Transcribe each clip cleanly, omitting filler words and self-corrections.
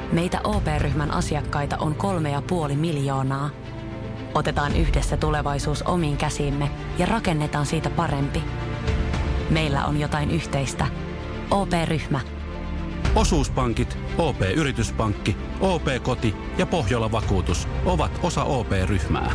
Meitä OP-ryhmän asiakkaita on 3,5 miljoonaa. Otetaan yhdessä tulevaisuus omiin käsiimme ja rakennetaan siitä parempi. Meillä on jotain yhteistä. OP-ryhmä. Osuuspankit, OP-yrityspankki, OP-koti ja Pohjola-vakuutus ovat osa OP-ryhmää.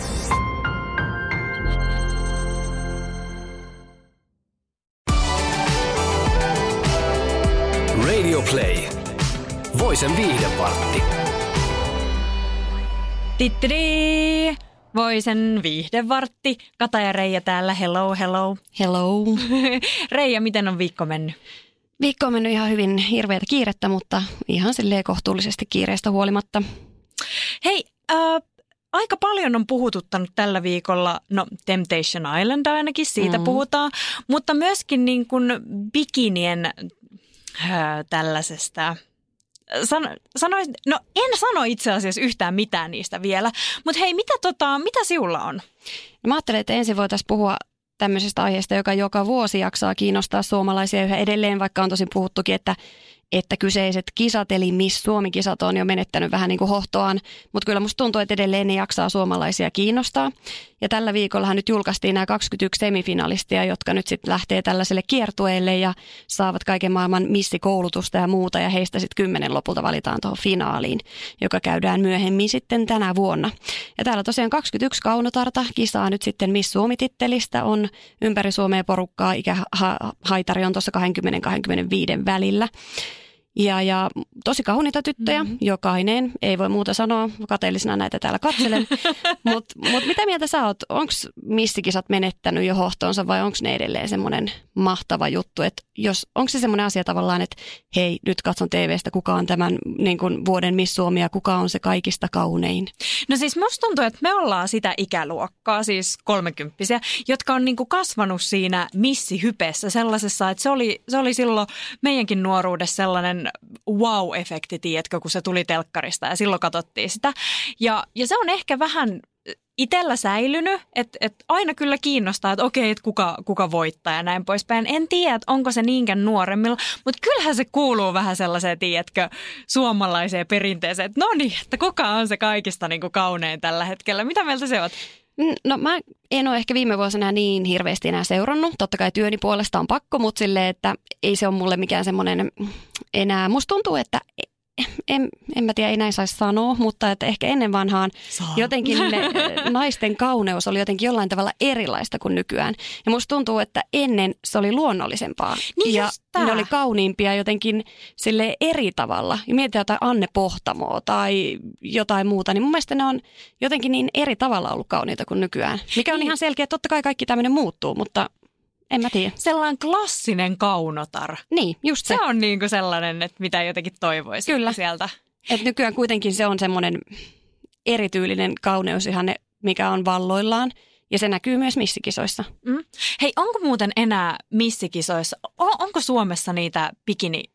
Radio Play. Voisen viihdevartti. Tittiri! Voisen viihdevartti. Kata ja Reija täällä. Hello, hello. Hello. Reija, miten on viikko mennyt? Viikko on mennyt ihan hyvin, hirveätä kiirettä, mutta ihan silleen kohtuullisesti kiireestä huolimatta. Hei, aika paljon on puhututtanut tällä viikolla, no Temptation Island ainakin, siitä puhutaan, mutta myöskin niin kuin bikinien tällaisesta, en sano itse asiassa yhtään mitään niistä vielä, mutta hei, mitä sinulla on? No, mä ajattelen, että ensin voitaisiin puhua tämmöisestä aiheesta, joka vuosi jaksaa kiinnostaa suomalaisia yhä edelleen, vaikka on tosin puhuttukin, että kyseiset kisat, eli Miss Suomi-kisat on jo menettänyt vähän niin kuin hohtoaan, mutta kyllä musta tuntuu, että edelleen ne jaksaa suomalaisia kiinnostaa. Ja tällä viikollahan nyt julkaistiin nämä 21 semifinalistia, jotka nyt sitten lähtee tällaiselle kiertueelle ja saavat kaiken maailman missikoulutusta ja muuta, ja heistä sitten 10 lopulta valitaan tuohon finaaliin, joka käydään myöhemmin sitten tänä vuonna. Ja täällä tosiaan 21 kaunotarta kisaa nyt sitten Miss Suomi-tittelistä, on ympäri Suomea porukkaa, ikähaitari on tuossa 20-25 välillä. Ja tosi kauniita tyttöjä, jokainen, ei voi muuta sanoa, kateellisena näitä täällä katselen. Mutta mitä mieltä sä oot, onko missikisat menettänyt jo hohtoonsa vai onko ne edelleen semmoinen mahtava juttu? Onko se semmoinen asia tavallaan, että hei, nyt katson TV:stä, kuka on tämän niin kun vuoden Miss Suomi ja kuka on se kaikista kaunein? No siis musta tuntuu, että me ollaan sitä ikäluokkaa, siis 30-vuotiaita, jotka on niin kuin kasvanut siinä missihypessä sellaisessa, että se oli silloin meidänkin nuoruudessa sellainen wow-efekti, tiedätkö, kun se tuli telkkarista ja silloin katsottiin sitä. Ja se on ehkä vähän itsellä säilynyt, että aina kyllä kiinnostaa, että okei, että kuka voittaa ja näin poispäin. En tiedä, että onko se niinkään nuoremmilla, mutta kyllähän se kuuluu vähän sellaiseen, tiedätkö, suomalaiseen perinteeseen, että no niin, että kuka on se kaikista niin kuin kaunein tällä hetkellä. Mitä mieltä se oot? No mä en ole ehkä viime vuosina niin hirveästi enää seurannut. Totta kai työni puolesta on pakko, mutta silleen, että ei se ole mulle mikään semmoinen enää. Musta tuntuu, että en mä tiedä, ei näin saisi sanoa, mutta että ehkä ennen vanhaan jotenkin naisten kauneus oli jotenkin jollain tavalla erilaista kuin nykyään. Ja musta tuntuu, että ennen se oli luonnollisempaa. Niin ja ne oli kauniimpia jotenkin sille eri tavalla. Ja mietitään jotain Anne Pohtamoa tai jotain muuta, niin mun mielestä ne on jotenkin niin eri tavalla ollut kauniita kuin nykyään. Mikä on ihan selkeä, että totta kai kaikki tämmöinen muuttuu, mutta en mä tiedä. Sellainen klassinen kaunotar. Niin, just se. Se on niin kuin sellainen, että mitä jotenkin toivoisi sieltä. Että nykyään kuitenkin se on semmoinen erityylinen kauneusihanne, mikä on valloillaan. Ja se näkyy myös missikisoissa. Hei, onko muuten enää missikisoissa, onko Suomessa niitä bikini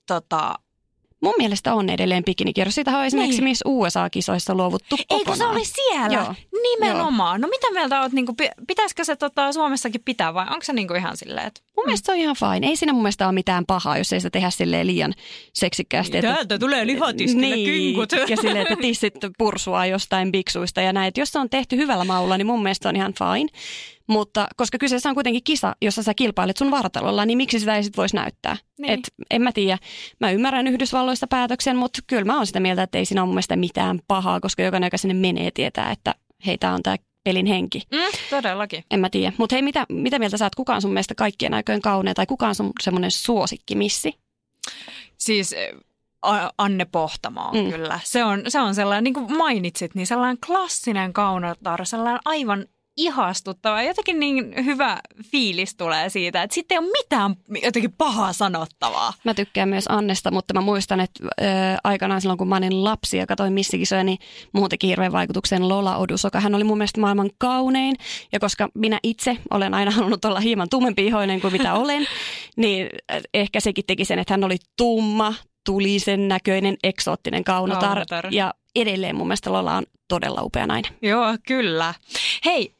Mun mielestä on edelleen bikinikierros. Sitä on esimerkiksi Miss USA-kisoissa luovuttu kokonaan. Ei kun se oli siellä. Joo. Nimenomaan. Joo. No mitä mieltä oot, niin pitäisikö se Suomessakin pitää vai onko se niin ihan silleen? Että mun mielestä se on ihan fine. Ei siinä mun mielestä ole mitään pahaa, jos ei sitä tehdä silleen liian seksikkäästi. Täältä tulee lihatiskille kynkut. Ja silleen, että tissit pursua jostain biksuista ja näin. Jos se on tehty hyvällä maulla, niin mun mielestä on ihan fine. Mutta koska kyseessä on kuitenkin kisa, jossa sä kilpailet sun vartalolla, niin miksi sitä ei sit voisi näyttää? Niin. Et en mä tiedä. Mä ymmärrän Yhdysvalloista päätöksen, mutta kyllä mä oon sitä mieltä, että ei siinä ole mun mielestä mitään pahaa, koska jokainen, joka sinne menee, tietää, että hei, tää on tää pelin henki. Todellakin. En mä tiedä. Mutta hei, mitä mieltä sä oot? Kuka on sun mielestä kaikkien aikojen kaunea tai kuka on sun semmoinen suosikkimissi? Siis Anne Pohtamo on kyllä. Se on sellainen, niin kuin mainitsit, niin sellainen klassinen kaunotar, sellainen aivan ihastuttava. Jotenkin niin hyvä fiilis tulee siitä, että sitten ei ole mitään jotenkin pahaa sanottavaa. Mä tykkään myös Annesta, mutta mä muistan, että aikanaan silloin, kun mä olin lapsi ja katsoin missikisoja, niin muun teki hirveän vaikutuksen Lola Odusoka. Hän oli mun mielestä maailman kaunein, ja koska minä itse olen aina halunnut olla hieman tummempiihoinen kuin mitä olen, niin ehkä sekin teki sen, että hän oli tumma, tulisen näköinen, eksoottinen kaunotar. Ja edelleen mun mielestä Lola on todella upea nainen. Joo, kyllä. Hei,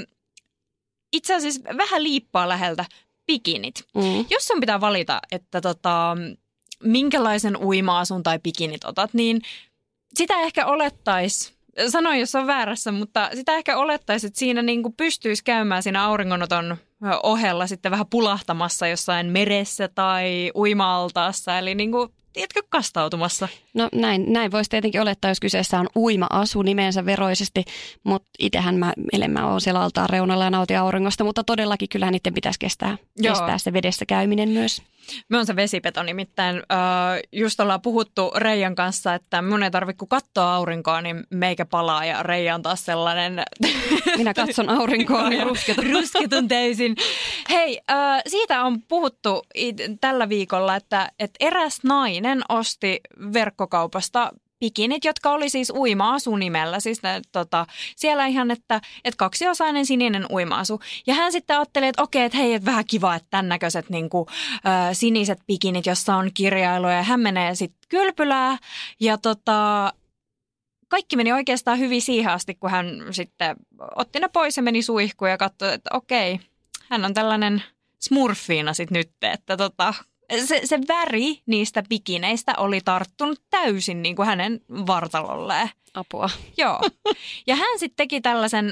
itse asiassa vähän liippaa läheltä bikinit. Jos sun pitää valita, että minkälaisen uima-asun tai bikinit otat, niin sitä ehkä olettaisi, sanoin jos on väärässä, mutta sitä ehkä olettaisi, että siinä niin kuin pystyisi käymään siinä auringonoton ohella sitten vähän pulahtamassa jossain meressä tai uima-altaassa, eli niin kuin, tiedätkö, kastautumassa. No näin voisi tietenkin olettaa, jos kyseessä on uima-asu nimensä veroisesti, mutta itsehän mä oon siellä altaan reunalla ja nautin auringosta, mutta todellakin kyllähän niiden pitäisi kestää se vedessä käyminen myös. Me on se vesipeto nimittäin. Just ollaan puhuttu Reijan kanssa, että minun ei tarvitse kun katsoa aurinkoa, niin meikä palaa ja Reija on taas sellainen... Minä katson aurinkoa ja rusketun täysin. Hei, siitä on puhuttu tällä viikolla, että eräs nainen osti verkkokaupasta bikinit, jotka oli siis uima-asu nimellä. Siis siellä ihan, että kaksiosainen sininen uima-asu. Ja hän sitten ajatteli, että okei, että hei, että vähän kiva, että tämän näköiset niinku, siniset bikinit, jossa on kirjailuja. Ja hän menee sitten kylpylään ja kaikki meni oikeastaan hyvin siihen asti, kun hän sitten otti ne pois ja meni suihkuun ja katsoi, että okei, hän on tällainen smurfiina sitten nyt, että se väri niistä bikineistä oli tarttunut täysin niin kuin hänen vartalolleen. Apua. Joo. Ja hän sitten teki tällaisen,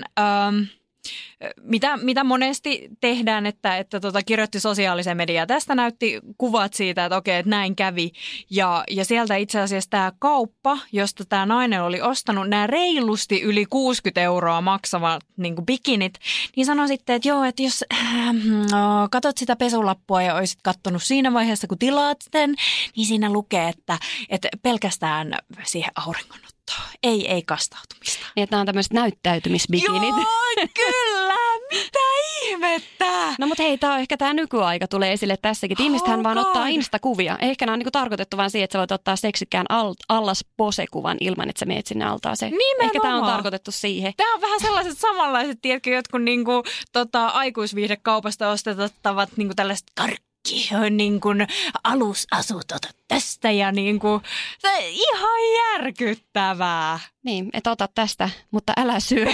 mitä monesti tehdään, että kirjoitti sosiaaliseen mediaan. Tästä näytti kuvat siitä, että okei, että näin kävi. Ja sieltä itse asiassa tämä kauppa, josta tämä nainen oli ostanut nämä reilusti yli 60 € maksavat niin kuin bikinit, niin sanoi sitten, että joo, että jos katot sitä pesulappua ja olisit katsonut siinä vaiheessa, kun tilaat sen, niin siinä lukee, että pelkästään siihen auringonottoon. Ei kastautumista. Niin, että nämä on tämmöiset näyttäytymisbikinit. Joo, kyllä! Mitä ihmettä? No mutta hei, tämä nykyaika tulee esille tässäkin. Ihmisethän vaan ottaa Insta-kuvia. Ehkä nämä on niinku tarkoitettu vaan siihen, että sä voit ottaa seksikkään allas-pose-kuvan ilman, että sä meet sinne altaaseen. Nimenomaan. Ehkä tämä on tarkoitettu siihen. Tämä on vähän sellaiset samanlaiset, tiedätkö, jotkut niinku, aikuisviihdekaupasta ostettavat niinku tällaiset niin kuin alusasut, ota tästä ja niin kuin, se ihan järkyttävää. Niin, että ota tästä, mutta älä syö.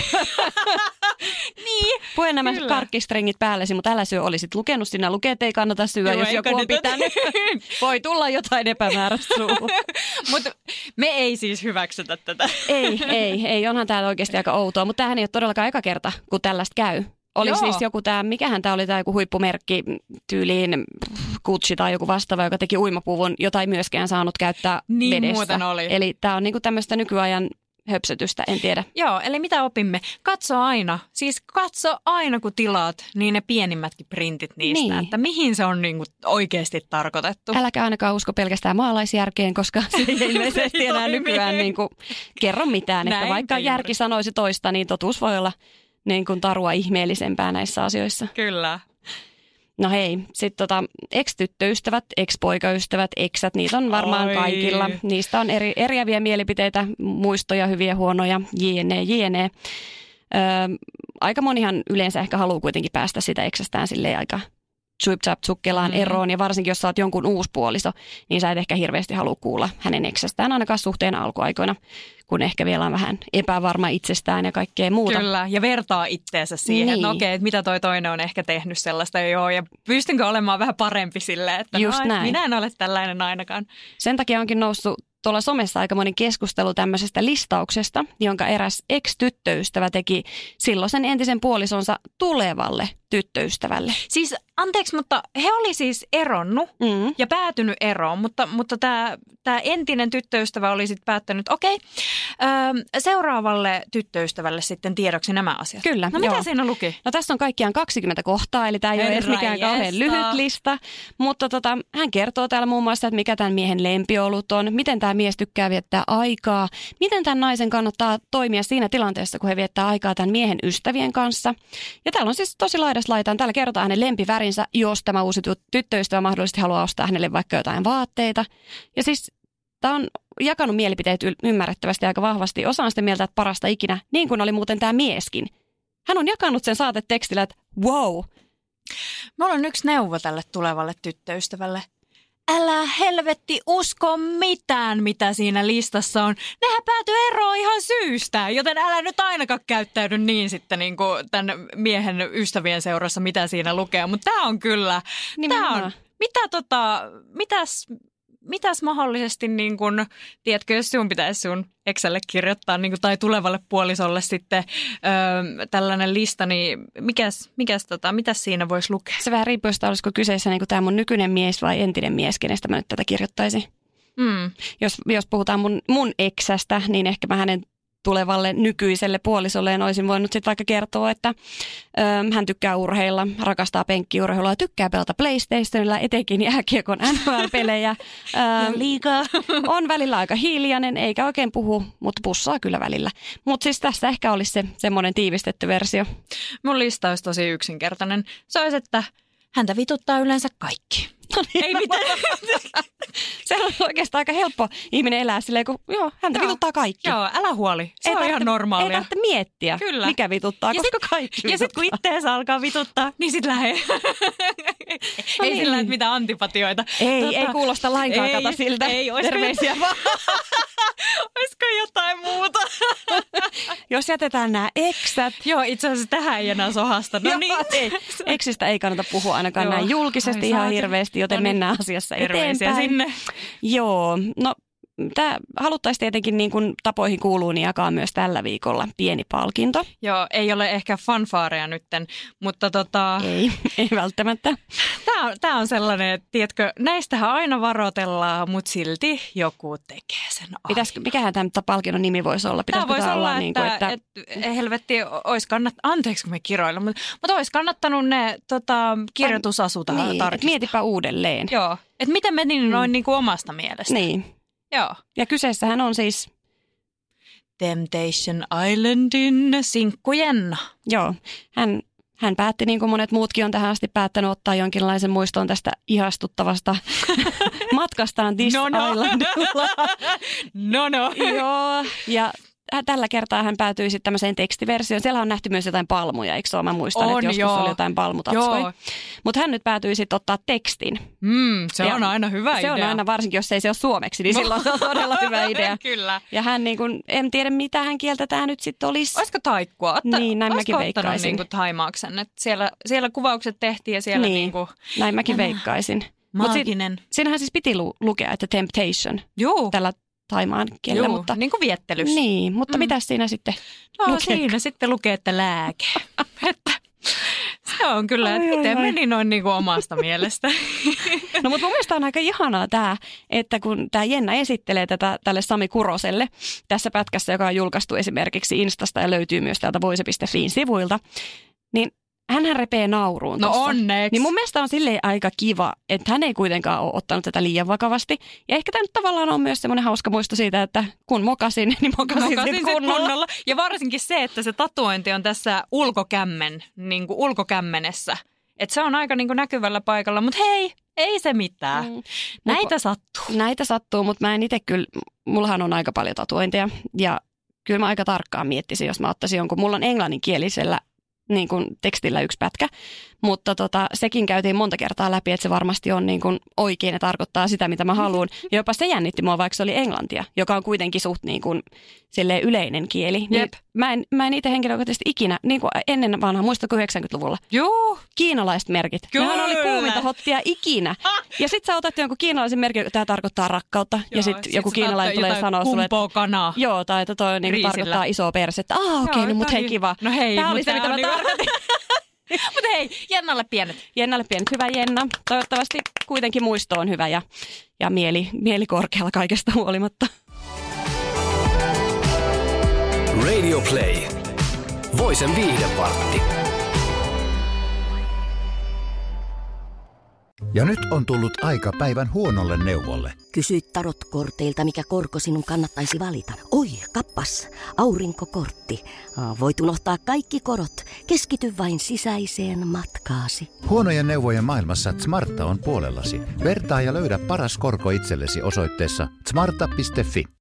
Niin, pue nämä karkkistringit päällesi, mutta älä syö. Olisit lukenut sinä, lukee, että ei kannata syödä, jos joku on pitänyt. Voi tulla jotain epämääräistä suuhun. Mutta me ei siis hyväksytä tätä. Ei, onhan tämä oikeasti aika outoa, mutta tämähän ei ole todellakaan eka kerta, kun tällaista käy. Oli siis joku mikähän tämä oli tämä joku huippumerkki tyyliin Gucci tai joku vastaava, joka teki uimapuvun, jota ei myöskään saanut käyttää niin vedestä. Muuten oli. Eli tämä on niinku tämmöistä nykyajan höpsötystä, en tiedä. Joo, eli mitä opimme? Katso aina kun tilaat, niin ne pienimmätkin printit niistä, niin. Että mihin se on niinku oikeasti tarkoitettu. Äläkä ainakaan usko pelkästään maalaisjärkeen, koska se ei ilmeisesti enää nykyään niinku kerro mitään. Että vaikka järki sanoisi toista, niin totuus voi olla niin kuin tarua ihmeellisempää näissä asioissa. Kyllä. No hei, sitten ex-tyttöystävät, ex-poikaystävät, eksät, niitä on varmaan kaikilla. Niistä on eriäviä mielipiteitä, muistoja, hyviä, huonoja, jne. Aika monihan yleensä ehkä haluaa kuitenkin päästä sitä eksästään silleen aika chuip-chap-tsukkelaan eroon. Ja varsinkin, jos sä oot jonkun uuspuoliso, niin sä et ehkä hirveästi halua kuulla hänen eksästään ainakaan suhteen alkuaikoina, kun ehkä vielä on vähän epävarma itsestään ja kaikkea muuta. Kyllä, ja vertaa itteensä siihen, niin. Että okei, että mitä toi toinen on ehkä tehnyt sellaista joo, ja pystynkö olemaan vähän parempi silleen, että minä en ole tällainen ainakaan. Sen takia onkin noussut tuolla somessa aikamoinen keskustelu tämmöisestä listauksesta, jonka eräs ex-tyttöystävä teki silloisen entisen puolisonsa tulevalle tyttöystävälle. Siis anteeksi, mutta he oli siis eronnut ja päätynyt eroon, mutta tämä entinen tyttöystävä oli sitten päättänyt, okei, seuraavalle tyttöystävälle sitten tiedoksi nämä asiat. Kyllä. No mitä siinä luki? No tässä on kaikkiaan 20 kohtaa, eli tämä ei ole edes mikään kauhean lyhyt lista, mutta hän kertoo täällä muun muassa, että mikä tämän miehen lempiolut on, miten tämä mies tykkää viettää aikaa, miten tämän naisen kannattaa toimia siinä tilanteessa, kun he viettää aikaa tämän miehen ystävien kanssa. Ja täällä on siis tosi laidasta laitaan. Täällä kerrotaan hänen lempivärinsä, jos tämä uusi tyttöystävä mahdollisesti haluaa ostaa hänelle vaikka jotain vaatteita. Ja siis tämä on jakanut mielipiteet ymmärrettävästi aika vahvasti. Osa on sitä mieltä, että parasta ikinä, niin kuin oli muuten tämä mieskin. Hän on jakanut sen saatetekstillä, että wow. Mulla on yksi neuvo tälle tulevalle tyttöystävälle. Älä helvetti usko mitään, mitä siinä listassa on. Nehän päätyy eroon ihan syystä, joten älä nyt ainakaan käyttäydy niin sitten niin kuin tämän miehen ystävien seurassa, mitä siinä lukee. Mutta tämä on kyllä, mitäs mitäs mahdollisesti, niin kun, tiedätkö, jos sun pitäisi sun Excelle kirjoittaa niin kun, tai tulevalle puolisolle sitten tällainen lista, niin mitäs siinä voisi lukea? Se vähän riippuu, että olisiko kyseessä niin tämä mun nykyinen mies vai entinen mies, kenestä mä nyt tätä kirjoittaisin. Jos puhutaan mun eksästä, niin ehkä mä hänen tulevalle nykyiselle puolisolleen olisin voinut sitten vaikka kertoa, että hän tykkää urheilla, rakastaa penkkiurheilua, tykkää pelata PlayStationilla, etenkin jääkiekon NHL-pelejä. Liigaa. On välillä aika hiljainen, eikä oikein puhu, mutta pussaa kyllä välillä. Mutta siis tässä ehkä olisi se semmoinen tiivistetty versio. Mun lista olisi tosi yksinkertainen. Se olisi, että häntä vituttaa yleensä kaikki. No niin, ei mitään. Se on oikeastaan aika helppo ihminen elää silleen, kun häntä vituttaa kaikki. Joo, älä huoli. Se on ihan normaalia. Ei tarvitse miettiä, kyllä, mikä vituttaa, koska kaikki vituttaa. Ja sitten kun itteensä alkaa vituttaa, niin sit lähde. No ei sillä, että mitään antipatioita. Ei kuulosta lainkaan kata siltä. Ei, terveisiä vaan. Olisiko jotain muuta? Jos jätetään nämä eksät. Joo, itse asiassa tähän ei enää sohasta. No niin. Ei. Eksistä ei kannata puhua ainakaan näin julkisesti ihan hirveästi, joten mennään asiassa eteenpäin. Sinne. Joo, no tämä haluttaisiin tietenkin niin kuin tapoihin kuuluu, niin jakaa myös tällä viikolla pieni palkinto. Joo, ei ole ehkä fanfaareja nytten, mutta Ei välttämättä. Tämä on sellainen, että tiedätkö, näistähän aina varoitellaan, mutta silti joku tekee sen aina. Mikähän tämä palkinnon nimi voisi olla? Tämä voisi olla, että helvetti, olisi anteeksi kun me kiroillaan, mutta olisi kannattanut ne kirjoitusasut tarkistaa. Mietipä uudelleen. Joo, että miten meni noin niin kuin omasta mielestä. Niin. Joo. Ja kyseessähän on siis Temptation Islandin sinkku Jenna. Joo, hän päätti, niin kuin monet muutkin on tähän asti päättänyt, ottaa jonkinlaisen muiston tästä ihastuttavasta matkastaan This Islandilla. No. Joo, ja tällä kertaa hän päätyi sitten tämmöiseen tekstiversioon. Siellä on nähty myös jotain palmuja, eikö se ole? Mä muistan, että joskus oli jotain palmutatskoja. Mutta hän nyt päätyi sitten ottaa tekstin. Se on aina hyvä idea. Se on aina, varsinkin jos ei se ole suomeksi, niin silloin se on todella hyvä idea. Kyllä. Ja hän niin kuin, en tiedä mitä hän kieltä tämä nyt sitten olisi. Olisiko taikkua? Niin, näin mäkin veikkaisin. Niin kuin Thaimaaksen, että siellä kuvaukset tehtiin ja siellä niin kuin näin mäkin veikkaisin. Maaginen. Siinähän siis piti lukea, että temptation. Joo. Tällä Thaimaan kielellä. Joo, mutta niin kuin viettelys. Niin, mutta mitäs siinä sitten lukee? Siinä sitten lukee, että lääke. Että se on kyllä, että miten meni noin niin kuin omasta mielestä. No mutta mun mielestä on aika ihanaa tämä, että kun tämä Jenna esittelee tätä tälle Sami Kuroselle tässä pätkässä, joka on julkaistu esimerkiksi Instasta ja löytyy myös täältä voise.fiin sivuilta, niin hänhän repee nauruun tossa. No onneksi. Niin mun mielestä on silleen aika kiva, että hän ei kuitenkaan ole ottanut tätä liian vakavasti. Ja ehkä tämä nyt tavallaan on myös semmoinen hauska muisto siitä, että kun mokasin, niin mokasin kunnolla. Ja varsinkin se, että se tatuointi on tässä ulkokämmenessä. Että se on aika niin kuin näkyvällä paikalla, mutta hei, ei se mitään. Näitä sattuu, mutta mä en itse kyllä, mullahan on aika paljon tatuointeja. Ja kyllä mä aika tarkkaan miettisin, jos mä ottaisin jonkun, mulla on englanninkielisellä niin kuin tekstillä yksi pätkä, mutta sekin käytiin monta kertaa läpi, että se varmasti on niin kuin oikein ja tarkoittaa sitä, mitä mä haluan. Ja jopa se jännitti mua, vaikka se oli englantia, joka on kuitenkin suht niin kuin silleen yleinen kieli. Niin mä en itse henkilökohtaisesti ikinä, niin kuin ennen vanhaa, muistatko 90-luvulla? Joo. Kiinalaiset merkit. Nehän oli kuuminta hottia ikinä. Ja sit sä otat jonkun kiinalaisen merkin, että tämä tarkoittaa rakkautta. Joo, ja sit joku kiinalainen tulee sanoa sulle, että kanaa. Joo, tai että toi niin tarkoittaa isoa persettä. Okei, no mut hei kiva. No hei, tämä oli se, mitä mä tarkoitin. Mutta hei, Jennalle pienet. Jennalle pienet. Hyvä Jenna. Toivottavasti kuitenkin muisto on hyvä ja mieli korkealla kaikesta huolimatta. Radio Play. Voisen viihdevartti. Ja nyt on tullut aika päivän huonolle neuvolle. Kysy tarotkorteilta, mikä korko sinun kannattaisi valita. Oi, kappas, aurinkokortti. Voit unohtaa kaikki korot. Keskity vain sisäiseen matkaasi. Huonojen neuvojen maailmassa Smarta on puolellasi. Vertaa ja löydä paras korko itsellesi osoitteessa smarta.fi.